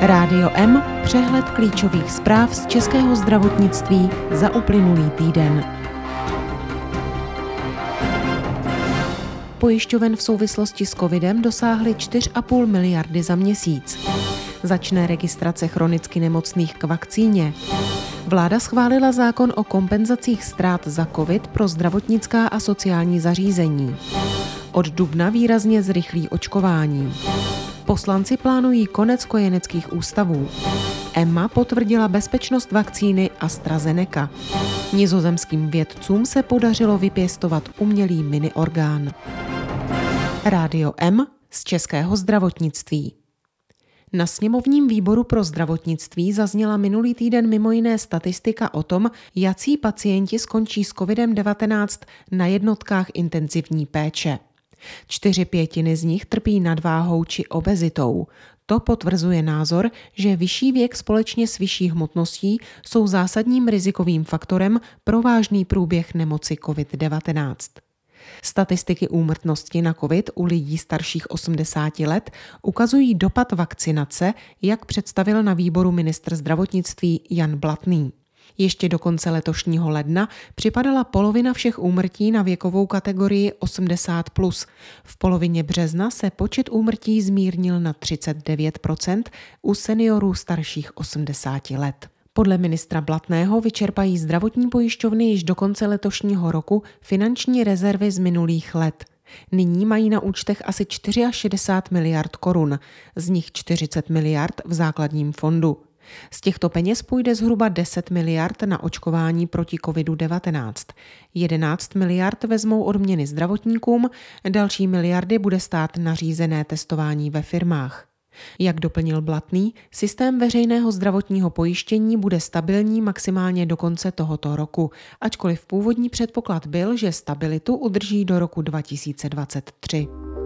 Rádio M, přehled klíčových zpráv z českého zdravotnictví za uplynulý týden. Pojišťoven v souvislosti s covidem dosáhly 4,5 miliardy za měsíc. Začne registrace chronicky nemocných k vakcíně. Vláda schválila zákon o kompenzacích ztrát za covid pro zdravotnická a sociální zařízení. Od dubna výrazně zrychlí očkování. Poslanci plánují konec kojeneckých ústavů. EMA potvrdila bezpečnost vakcíny AstraZeneca. Nizozemským vědcům se podařilo vypěstovat umělý miniorgán. Rádio M z českého zdravotnictví. Na sněmovním výboru pro zdravotnictví zazněla minulý týden mimo jiné statistika o tom, jací pacienti skončí s COVID-19 na jednotkách intenzivní péče. 4/5 z nich trpí nadváhou či obezitou. To potvrzuje názor, že vyšší věk společně s vyšší hmotností jsou zásadním rizikovým faktorem pro vážný průběh nemoci COVID-19. Statistiky úmrtnosti na COVID u lidí starších 80 let ukazují dopad vakcinace, jak představil na výboru ministr zdravotnictví Jan Blatný. Ještě do konce letošního ledna připadala polovina všech úmrtí na věkovou kategorii 80+. V polovině března se počet úmrtí zmírnil na 39% u seniorů starších 80 let. Podle ministra Blatného vyčerpají zdravotní pojišťovny již do konce letošního roku finanční rezervy z minulých let. Nyní mají na účtech asi 64 miliard korun, z nich 40 miliard v základním fondu. Z těchto peněz půjde zhruba 10 miliard na očkování proti COVID-19. 11 miliard vezmou odměny zdravotníkům, další miliardy bude stát nařízené testování ve firmách. Jak doplnil Blatný, systém veřejného zdravotního pojištění bude stabilní maximálně do konce tohoto roku, ačkoliv původní předpoklad byl, že stabilitu udrží do roku 2023.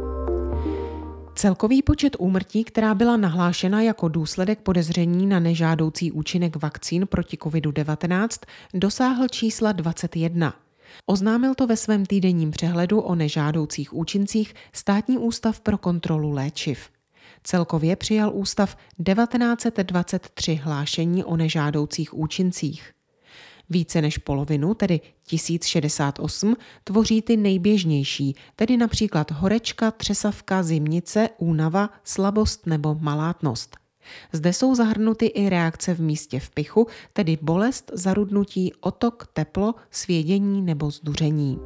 Celkový počet úmrtí, která byla nahlášena jako důsledek podezření na nežádoucí účinek vakcín proti COVID-19, dosáhl čísla 21. Oznámil to ve svém týdenním přehledu o nežádoucích účincích Státní ústav pro kontrolu léčiv. Celkově přijal ústav 1923 hlášení o nežádoucích účincích. Více než polovinu, tedy 1068, tvoří ty nejběžnější, tedy například horečka, třesavka, zimnice, únava, slabost nebo malátnost. Zde jsou zahrnuty i reakce v místě vpichu, tedy bolest, zarudnutí, otok, teplo, svědění nebo zduření.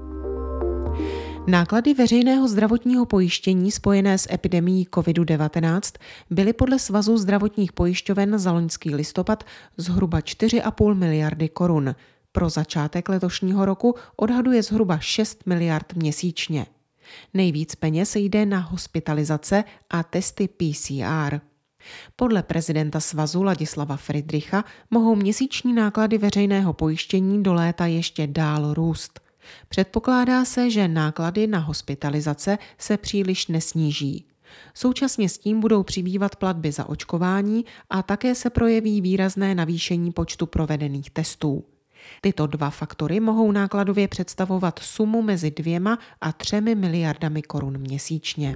Náklady veřejného zdravotního pojištění spojené s epidemií COVID-19 byly podle Svazu zdravotních pojišťoven za loňský listopad zhruba 4,5 miliardy korun. Pro začátek letošního roku odhaduje zhruba 6 miliard měsíčně. Nejvíc peněz jde na hospitalizace a testy PCR. Podle prezidenta svazu Ladislava Friedricha mohou měsíční náklady veřejného pojištění do léta ještě dál růst. Předpokládá se, že náklady na hospitalizace se příliš nesníží. Současně s tím budou přibývat platby za očkování a také se projeví výrazné navýšení počtu provedených testů. Tyto dva faktory mohou nákladově představovat sumu mezi 2 a 3 miliardami korun měsíčně.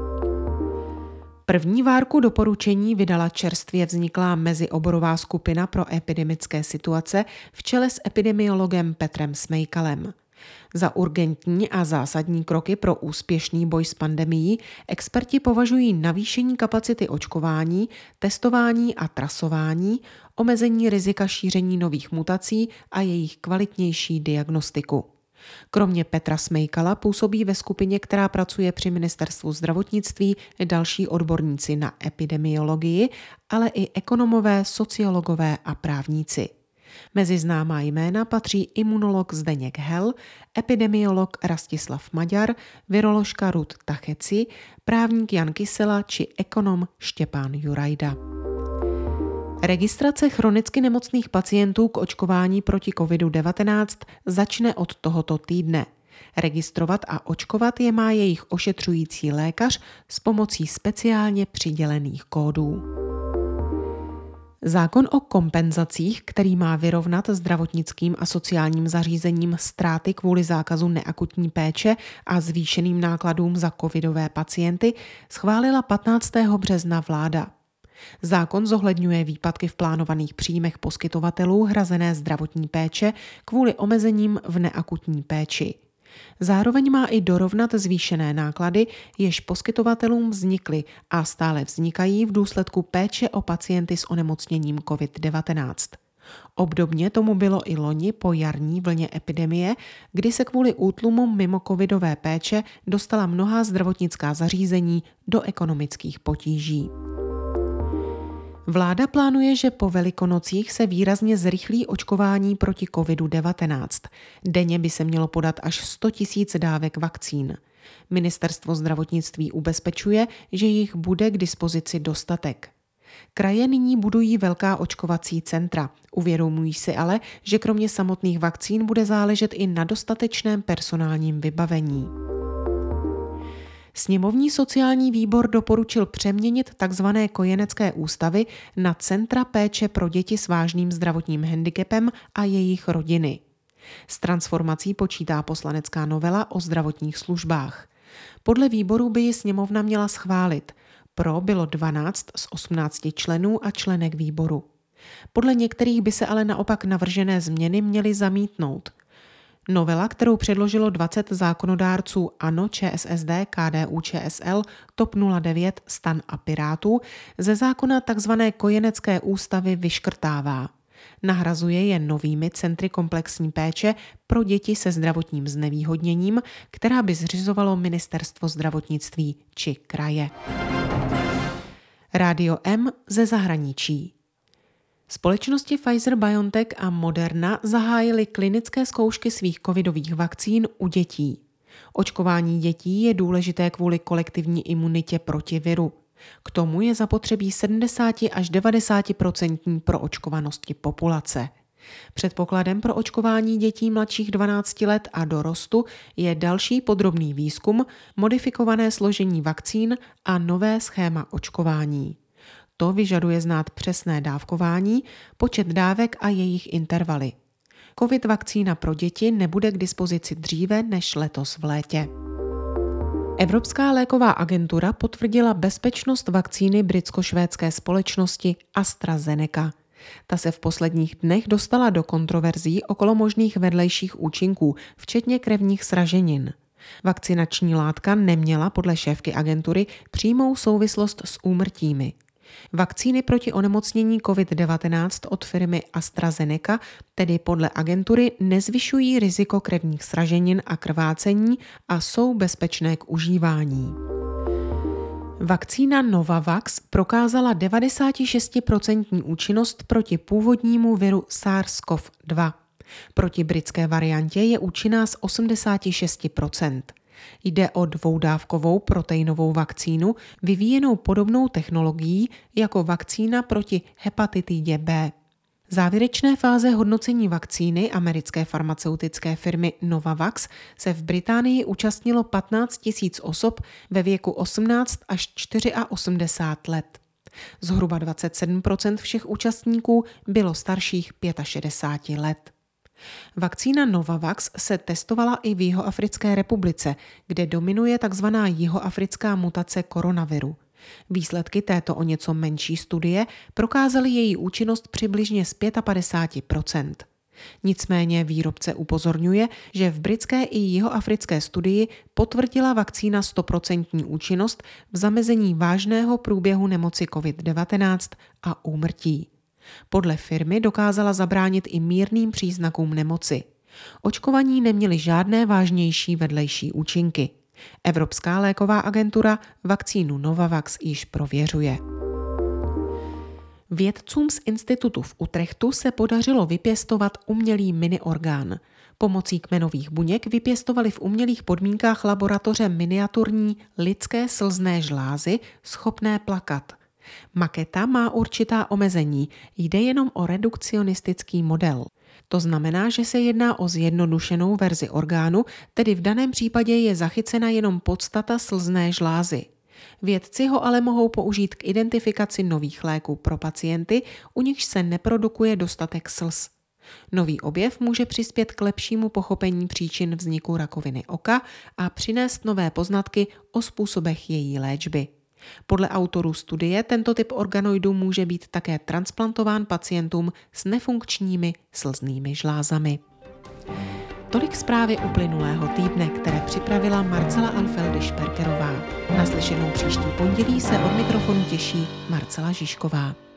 První várku doporučení vydala čerstvě vzniklá mezioborová skupina pro epidemické situace v čele s epidemiologem Petrem Smejkalem. Za urgentní a zásadní kroky pro úspěšný boj s pandemií experti považují navýšení kapacity očkování, testování a trasování, omezení rizika šíření nových mutací a jejich kvalitnější diagnostiku. Kromě Petra Smejkala působí ve skupině, která pracuje při ministerstvu zdravotnictví, další odborníci na epidemiologii, ale i ekonomové, sociologové a právníci. Mezi známá jména patří imunolog Zdeněk Hel, epidemiolog Rastislav Maďar, viroložka Ruth Tacheci, právník Jan Kysela či ekonom Štěpán Jurajda. Registrace chronicky nemocných pacientů k očkování proti COVID-19 začne od tohoto týdne. Registrovat a očkovat je má jejich ošetřující lékař s pomocí speciálně přidělených kódů. Zákon o kompenzacích, který má vyrovnat zdravotnickým a sociálním zařízením ztráty kvůli zákazu neakutní péče a zvýšeným nákladům za covidové pacienty, schválila 15. března vláda. Zákon zohledňuje výpadky v plánovaných příjmech poskytovatelů hrazené zdravotní péče kvůli omezením v neakutní péči. Zároveň má i dorovnat zvýšené náklady, jež poskytovatelům vznikly a stále vznikají v důsledku péče o pacienty s onemocněním COVID-19. Obdobně tomu bylo i loni po jarní vlně epidemie, kdy se kvůli útlumu mimo covidové péče dostala mnohá zdravotnická zařízení do ekonomických potíží. Vláda plánuje, že po Velikonocích se výrazně zrychlí očkování proti COVID-19. Denně by se mělo podat až 100 000 dávek vakcín. Ministerstvo zdravotnictví ubezpečuje, že jich bude k dispozici dostatek. Kraje nyní budují velká očkovací centra. Uvědomují si ale, že kromě samotných vakcín bude záležet i na dostatečném personálním vybavení. Sněmovní sociální výbor doporučil přeměnit tzv. Kojenecké ústavy na centra péče pro děti s vážným zdravotním handicapem a jejich rodiny. S transformací počítá poslanecká novela o zdravotních službách. Podle výboru by ji sněmovna měla schválit. Pro bylo 12 z 18 členů a členek výboru. Podle některých by se ale naopak navržené změny měly zamítnout. Novela, kterou předložilo 20 zákonodárců ANO, ČSSD, KDU-ČSL, TOP 09, STAN a Pirátů, ze zákona tzv. Kojenecké ústavy vyškrtává. Nahrazuje je novými centry komplexní péče pro děti se zdravotním znevýhodněním, která by zřizovalo Ministerstvo zdravotnictví či kraje. Rádio M ze zahraničí. Společnosti Pfizer-BioNTech a Moderna zahájily klinické zkoušky svých covidových vakcín u dětí. Očkování dětí je důležité kvůli kolektivní imunitě proti viru. K tomu je zapotřebí 70 až 90% proočkovanosti populace. Předpokladem pro očkování dětí mladších 12 let a dorostu je další podrobný výzkum, modifikované složení vakcín a nové schéma očkování. To vyžaduje znát přesné dávkování, počet dávek a jejich intervaly. Covid vakcína pro děti nebude k dispozici dříve než letos v létě. Evropská léková agentura potvrdila bezpečnost vakcíny britsko-švédské společnosti AstraZeneca. Ta se v posledních dnech dostala do kontroverzí okolo možných vedlejších účinků, včetně krevních sraženin. Vakcinační látka neměla podle šéfky agentury přímou souvislost s úmrtími. Vakcíny proti onemocnění COVID-19 od firmy AstraZeneca tedy podle agentury nezvyšují riziko krevních sraženin a krvácení a jsou bezpečné k užívání. Vakcína Novavax prokázala 96% účinnost proti původnímu viru SARS-CoV-2. Proti britské variantě je účinná z 86%. Jde o dvoudávkovou proteinovou vakcínu vyvíjenou podobnou technologií jako vakcína proti hepatitidě B. Závěrečné fáze hodnocení vakcíny americké farmaceutické firmy Novavax se v Británii účastnilo 15 000 osob ve věku 18 až 84 let. Zhruba 27% všech účastníků bylo starších 65 let. Vakcína Novavax se testovala i v Jihoafrické republice, kde dominuje tzv. Jihoafrická mutace koronaviru. Výsledky této o něco menší studie prokázaly její účinnost přibližně z 55%. Nicméně výrobce upozorňuje, že v britské i jihoafrické studii potvrdila vakcína 100% účinnost v zamezení vážného průběhu nemoci COVID-19 a úmrtí. Podle firmy dokázala zabránit i mírným příznakům nemoci. Očkovaní neměli žádné vážnější vedlejší účinky. Evropská léková agentura vakcínu Novavax již prověřuje. Vědcům z institutu v Utrechtu se podařilo vypěstovat umělý miniorgán. Pomocí kmenových buněk vypěstovali v umělých podmínkách laboratoře miniaturní lidské slzné žlázy schopné plakat. Maketa má určitá omezení, jde jenom o redukcionistický model. To znamená, že se jedná o zjednodušenou verzi orgánu, tedy v daném případě je zachycena jenom podstata slzné žlázy. Vědci ho ale mohou použít k identifikaci nových léků pro pacienty, u nichž se neprodukuje dostatek slz. Nový objev může přispět k lepšímu pochopení příčin vzniku rakoviny oka a přinést nové poznatky o způsobech její léčby. Podle autorů studie tento typ organoidu může být také transplantován pacientům s nefunkčními slznými žlázami. Tolik zprávy uplynulého týdne, které připravila Marcela Alfeldy-Šperkerová. Naslyšenou příští pondělí se od mikrofonu těší Marcela Žižková.